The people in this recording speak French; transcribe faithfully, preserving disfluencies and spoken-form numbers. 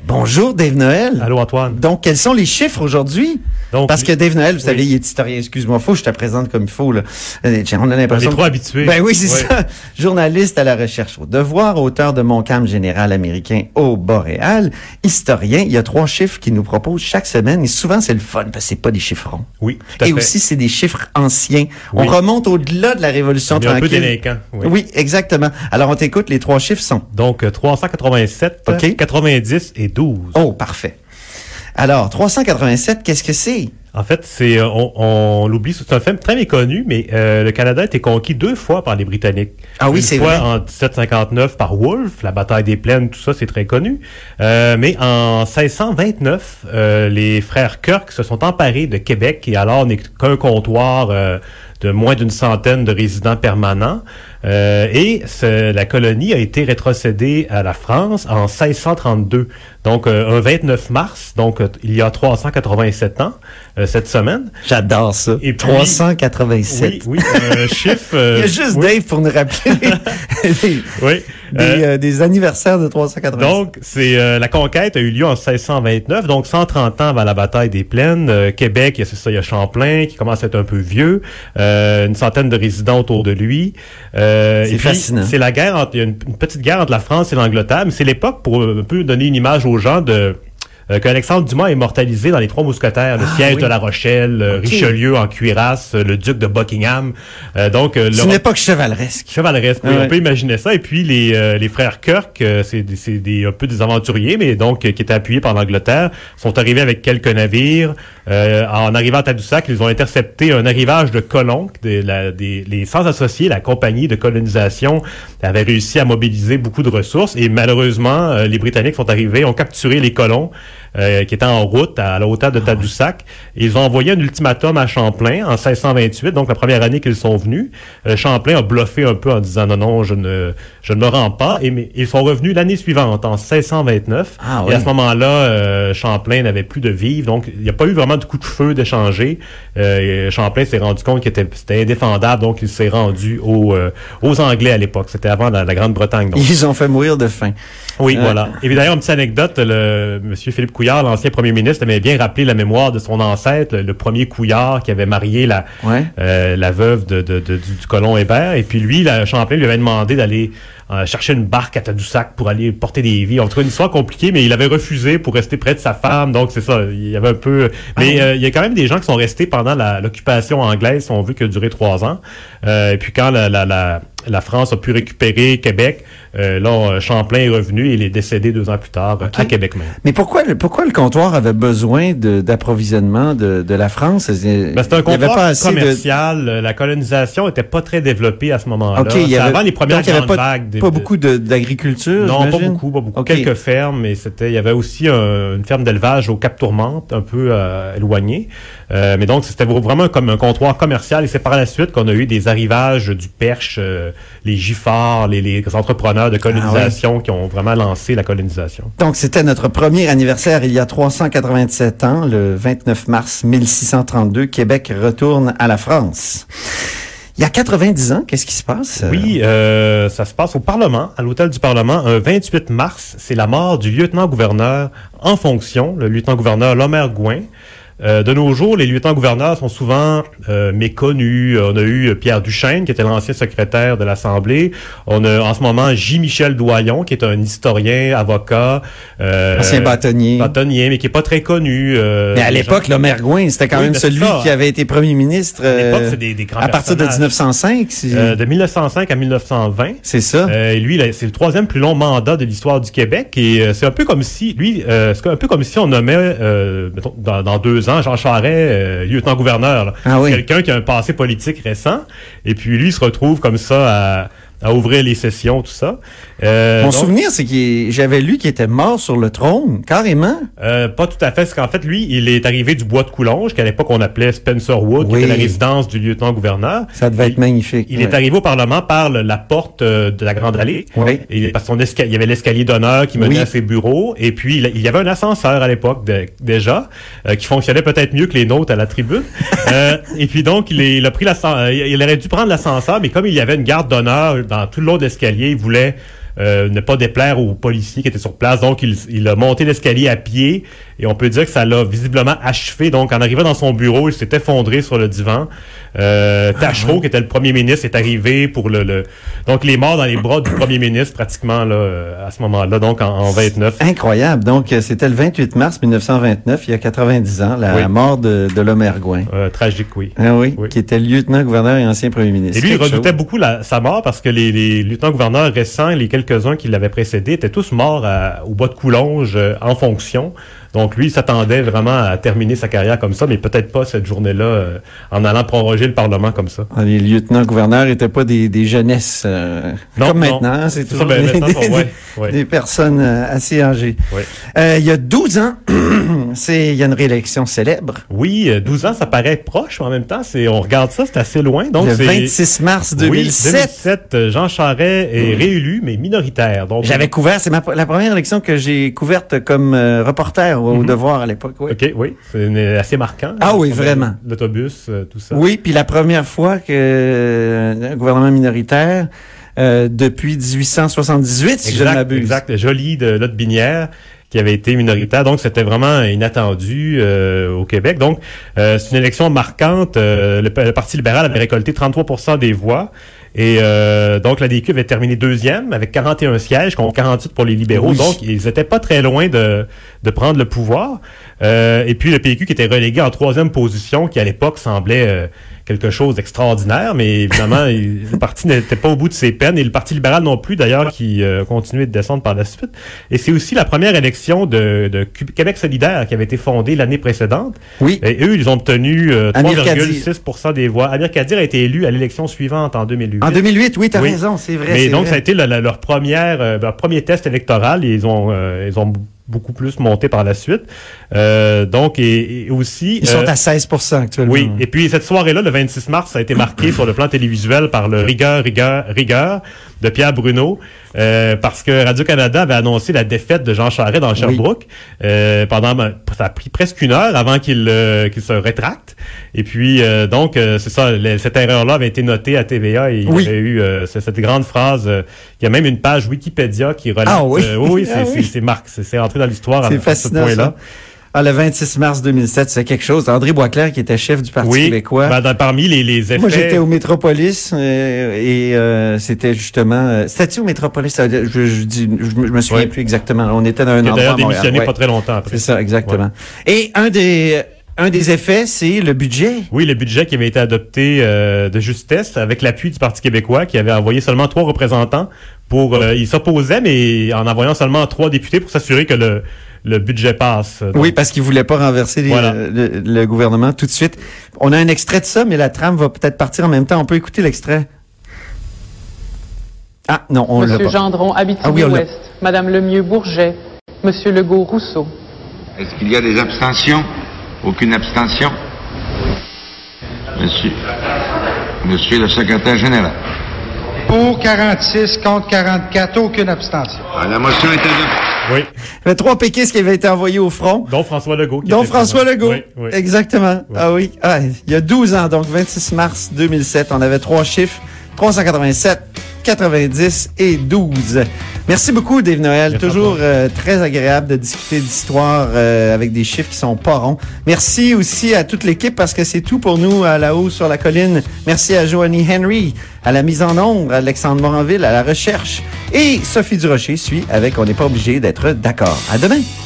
Bonjour Dave Noël. Allô Antoine. Donc, quels sont les chiffres aujourd'hui? Donc, Parce que Dave Noël, vous oui. savez, il est historien. Excuse-moi, faut que je te présente comme il faut. Là. On a l'impression. On est trop habitués. Ben oui, c'est oui. ça. Journaliste à la recherche au devoir, auteur de Montcalm général américain au Boréal, historien. Il y a trois chiffres qu'il nous propose chaque semaine et souvent c'est le fun parce que c'est pas des chiffres ronds. Oui, tout à et fait. aussi c'est des chiffres anciens. Oui. On remonte au-delà de la Révolution on est tranquille. Un peu délinquant. Oui. oui, exactement. Alors on t'écoute. Les trois chiffres sont. Donc trois cent quatre-vingt-sept, okay. quatre-vingt-dix et douze. Oh, parfait. Alors, trois cent quatre-vingt-sept, qu'est-ce que c'est? En fait, c'est on, on l'oublie, c'est un film très méconnu, mais euh, le Canada a été conquis deux fois par les Britanniques. Ah oui, Une c'est fois vrai. en dix-sept cinquante-neuf par Wolfe, la bataille des Plaines, tout ça, c'est très connu. Euh, mais en seize cent vingt-neuf, euh, les frères Kirk se sont emparés de Québec et alors n'est qu'un comptoir euh, de moins d'une centaine de résidents permanents. Euh, et ce, la colonie a été rétrocédée à la France en seize cent trente-deux. Donc, euh, un vingt-neuf mars, donc euh, il y a trois cent quatre-vingt-sept ans, euh, cette semaine. J'adore ça. Et puis, trois cent quatre-vingt-sept. Oui, oui, un chiffre... Euh, il y a juste oui. Dave pour nous rappeler des, oui. des, euh, des anniversaires de trois cent quatre-vingt-sept. Donc, c'est euh, la conquête a eu lieu en seize cent vingt-neuf, donc cent trente ans avant la bataille des Plaines. Euh, Québec, c'est ça, il y a Champlain qui commence à être un peu vieux, euh, une centaine de résidents autour de lui. Euh, c'est fascinant. C'est la guerre entre, il y a une, une petite guerre entre la France et l'Angleterre, mais c'est l'époque pour un peu donner une image aux gens de Euh, qu'Alexandre Dumas a immortalisé dans Les Trois Mousquetaires, le ah, siège oui. de La Rochelle, euh, okay. Richelieu en cuirasse, euh, le duc de Buckingham. Euh, donc, euh, c'est une époque chevaleresque. Chevaleresque, oui, ah, on ouais. peut imaginer ça. Et puis les euh, les frères Kirk, euh, c'est c'est des un peu des aventuriers, mais donc euh, qui étaient appuyés par l'Angleterre, sont arrivés avec quelques navires. Euh, en arrivant à Tadoussac, ils ont intercepté un arrivage de colons, des, la, des les sans associés, la compagnie de colonisation avait réussi à mobiliser beaucoup de ressources et malheureusement, euh, les Britanniques sont arrivés, ont capturé les colons. Euh, qui étaient en route à, à la hauteur de Tadoussac. Et ils ont envoyé un ultimatum à Champlain en seize cent vingt-huit, donc la première année qu'ils sont venus. Euh, Champlain a bluffé un peu en disant non, non, je ne, je ne me rends pas. Et mais, ils sont revenus l'année suivante, en seize cent vingt-neuf. Ah, et oui. à ce moment-là, euh, Champlain n'avait plus de vivres, donc il n'y a pas eu vraiment de coup de feu d'échanger. Euh, Champlain s'est rendu compte que c'était indéfendable, donc il s'est rendu aux, euh, aux Anglais à l'époque. C'était avant la, la Grande-Bretagne. Donc. Ils ont fait mourir de faim. Oui, euh... voilà. Et puis d'ailleurs, une petite anecdote, le monsieur Philippe Couillard, l'ancien premier ministre, avait bien rappelé la mémoire de son ancêtre, le, le premier Couillard qui avait marié la ouais. euh, la veuve de, de, de, du, du colon Hébert. Et puis lui, la, Champlain lui avait demandé d'aller euh, chercher une barque à Tadoussac pour aller porter des vies. En tout cas, une histoire compliquée, mais il avait refusé pour rester près de sa femme. Donc c'est ça, il y avait un peu... Mais euh, il y a quand même des gens qui sont restés pendant la, l'occupation anglaise, on veut, qui a duré trois ans. Euh, et puis quand la, la, la, la France a pu récupérer Québec, euh, là, Champlain est revenu et il est décédé deux ans plus tard okay. à Québec même. Mais pourquoi le, pourquoi le comptoir avait besoin de, d'approvisionnement de, de la France? Ben, c'était un comptoir pas commercial. De... La colonisation était pas très développée à ce moment-là. Okay, il y avait, avant les premières donc, il y avait grandes pas, vagues. De, pas beaucoup de, d'agriculture? Non, j'imagine? pas beaucoup, pas beaucoup. Okay. Quelques fermes, mais c'était, il y avait aussi un, une ferme d'élevage au Cap Tourmente, un peu euh, éloignée. Euh, mais donc, c'était vraiment comme un comptoir commercial. Et c'est par la suite qu'on a eu des arrivages du Perche, euh, les Giffards, les, les entrepreneurs de colonisation ah, oui. qui ont vraiment lancé la colonisation. Donc, c'était notre premier anniversaire il y a trois cent quatre-vingt-sept ans, le vingt-neuf mars mille six cent trente-deux. Québec retourne à la France. Il y a quatre-vingt-dix ans, qu'est-ce qui se passe? Oui, euh, ça se passe au Parlement, à l'hôtel du Parlement, un vingt-huit mars. C'est la mort du lieutenant-gouverneur en fonction, le lieutenant-gouverneur Lomer Gouin. Euh, de nos jours, les lieutenants-gouverneurs sont souvent euh, méconnus. On a eu Pierre Duchesne, qui était l'ancien secrétaire de l'Assemblée. On a en ce moment J. Michel Doyon, qui est un historien, avocat. Euh, ancien bâtonnier. Bâtonnier, mais qui est pas très connu. Euh, mais à l'époque, Lomer Gouin, c'était quand oui, même celui ça. qui avait été premier ministre euh, à, l'époque, c'est des, des grands à partir de dix-neuf cent cinq. Si... Euh, de mille neuf cent cinq à mille neuf cent vingt. C'est ça. Euh, lui, là, c'est le troisième plus long mandat de l'histoire du Québec. Et euh, c'est un peu comme si, lui, euh, c'est un peu comme si on nommait, euh, mettons, dans, dans deux ans, Jean Charest, euh, lieutenant-gouverneur. Ah oui. Quelqu'un qui a un passé politique récent. Et puis lui, il se retrouve comme ça à... à ouvrir les sessions, tout ça. Euh, Mon donc, souvenir, c'est que j'avais lu qu'il était mort sur le trône, carrément. Euh, pas tout à fait, parce qu'en fait, lui, il est arrivé du bois de Coulonges, qu'à l'époque, on appelait Spencer Wood, oui. qui était la résidence du lieutenant-gouverneur. Ça devait il, être magnifique. Il ouais. est arrivé au Parlement par le, la porte euh, de la Grande Allée. Oui. Et, parce qu'il y avait l'escalier d'honneur qui menait oui. à ses bureaux. Et puis, il, il y avait un ascenseur à l'époque, de, déjà, euh, qui fonctionnait peut-être mieux que les nôtres à la tribune. euh, et puis donc, il, est, il a pris l'ascenseur, il aurait dû prendre l'ascenseur, mais comme il y avait une garde d'honneur dans tout le long de l'escalier, il voulait euh, ne pas déplaire aux policiers qui étaient sur place. Donc, il, il a monté l'escalier à pied et on peut dire que ça l'a visiblement achevé. Donc, en arrivant dans son bureau, il s'est effondré sur le divan. Euh, Tachereau, ah, qui était le premier ministre, est arrivé pour le, le... Donc, les morts dans les bras du premier ministre, pratiquement, là, à ce moment-là, donc en, en vingt-neuf. Incroyable. Donc, c'était le vingt-huit mars mille neuf cent vingt-neuf, il y a quatre-vingt-dix ans, la oui. mort de, de l'homme Ergoin. Euh, tragique, oui. Ah oui, oui, qui était lieutenant-gouverneur et ancien premier ministre. Et lui, il redoutait chose. beaucoup la, sa mort parce que les, les lieutenants-gouverneurs récents, les quelques-uns qui l'avaient précédé, étaient tous morts à, au bas de Coulonges euh, en fonction. Donc, lui, il s'attendait vraiment à terminer sa carrière comme ça, mais peut-être pas cette journée-là euh, en allant proroger le Parlement comme ça. Ah, les lieutenants-gouverneurs n'étaient pas des, des jeunesses euh, non, comme non. maintenant. C'est toujours ça, ben, des, maintenant, des, ouais, ouais. des personnes euh, assez âgées. Ouais. Euh, il y a douze ans, c'est il y a une réélection célèbre. Oui, douze ans, ça paraît proche, mais en même temps, c'est on regarde ça, c'est assez loin. Donc, le c'est, vingt-six mars deux mille sept. Oui, deux mille sept, Jean Charest est mmh. réélu, mais minoritaire. Donc, j'avais couvert, c'est ma, la première élection que j'ai couverte comme euh, reporter au mm-hmm. Devoir à l'époque. Oui. OK, oui. C'est assez marquant. Ah oui, vraiment. L'autobus, euh, tout ça. Oui, puis la première fois que euh, un gouvernement minoritaire, euh, depuis dix-huit cent soixante-dix-huit, si exact, je ne m'abuse. Exact, Joly de Lotte-Binière, qui avait été minoritaire. Donc, c'était vraiment inattendu euh, au Québec. Donc, euh, c'est une élection marquante. Euh, le, le Parti libéral avait récolté trente-trois pour cent des voix. Et euh, donc, la D Q avait terminé deuxième avec quarante et un sièges contre quarante-huit pour les libéraux. Oui. Donc, ils étaient pas très loin de, de prendre le pouvoir. Euh, et puis, le P Q qui était relégué en troisième position, qui à l'époque semblait euh, quelque chose d'extraordinaire. Mais évidemment, il, le parti n'était pas au bout de ses peines. Et le Parti libéral non plus, d'ailleurs, qui euh, continuait de descendre par la suite. Et c'est aussi la première élection de, de Québec solidaire qui avait été fondée l'année précédente. Oui. Et eux, ils ont obtenu euh, trois virgule six pour cent des voix. Amir Kadir a été élu à l'élection suivante en deux mille huit. En deux mille huit, oui, tu as oui. raison, c'est vrai. Mais donc, vrai. ça a été la, la, leur première, euh, leur premier test électoral et ils ont, euh, ils ont beaucoup plus monté par la suite. Euh, donc, et, et aussi... Ils euh, sont à seize pour cent actuellement. Oui, et puis cette soirée-là, le vingt-six mars, ça a été marqué sur le plan télévisuel par le Rigueur, Rigueur, Rigueur de Pierre Bruno, euh, parce que Radio-Canada avait annoncé la défaite de Jean Charest dans Sherbrooke. Oui. Euh, pendant, ça a pris presque une heure avant qu'il euh, qu'il se rétracte. Et puis, euh, donc, euh, c'est ça, le, cette erreur-là avait été notée à T V A et il oui. y avait eu euh, cette grande phrase. Euh, il y a même une page Wikipédia qui relate. Ah oui, euh, oui, c'est, ah, oui. c'est, c'est marque, c'est, c'est entré dans l'histoire à, à ce point-là. Ça. Ah, le vingt-six mars deux mille sept, c'est quelque chose. André Boisclair, qui était chef du Parti oui, québécois. Ben, dans, parmi les, les effets... Moi, j'étais au Métropolis euh, et euh, c'était justement... Euh, c'était-tu au Métropolis? Je, je, je, dis, je, je me souviens oui. plus exactement. On était dans un endroit d'ailleurs démissionné ouais. pas très longtemps après. C'est ça, exactement. Ouais. Et un des... Un des effets, c'est le budget. Oui, le budget qui avait été adopté euh, de justesse avec l'appui du Parti québécois qui avait envoyé seulement trois représentants pour... Euh, il s'opposait, mais en envoyant seulement trois députés pour s'assurer que le... le budget passe. Donc. Oui, parce qu'il voulait pas renverser les, voilà. le, le gouvernement tout de suite. On a un extrait de ça, mais la trame va peut-être partir en même temps. On peut écouter l'extrait. Ah, non, on l'a pas. Monsieur Gendron, Abitibi-Ouest. Ah, oui, Madame Lemieux-Bourget. Monsieur Legault-Rousseau. Est-ce qu'il y a des abstentions? Aucune abstention? Monsieur, Monsieur le secrétaire général. Pour quarante-six, contre quarante-quatre, aucune abstention. Ah, la motion est adoptée. Oui. Il y avait trois péquistes qui avaient été envoyés au front. Dont François Legault. Qui Dont François Legault. Oui, oui. Exactement. Oui. Ah oui. Ah, il y a douze ans, donc vingt-six mars deux mille sept, on avait trois chiffres. trois cent quatre-vingt-sept, quatre-vingt-dix et douze. Merci beaucoup, Dave Noël. Merci Toujours euh, très agréable de discuter d'histoire euh, avec des chiffres qui sont pas ronds. Merci aussi à toute l'équipe parce que c'est tout pour nous à la haut sur la colline. Merci à Joanie Henry, à la mise en ombre, à Alexandre Moranville, à la recherche. Et Sophie Durocher suit avec On n'est pas obligé d'être d'accord. À demain.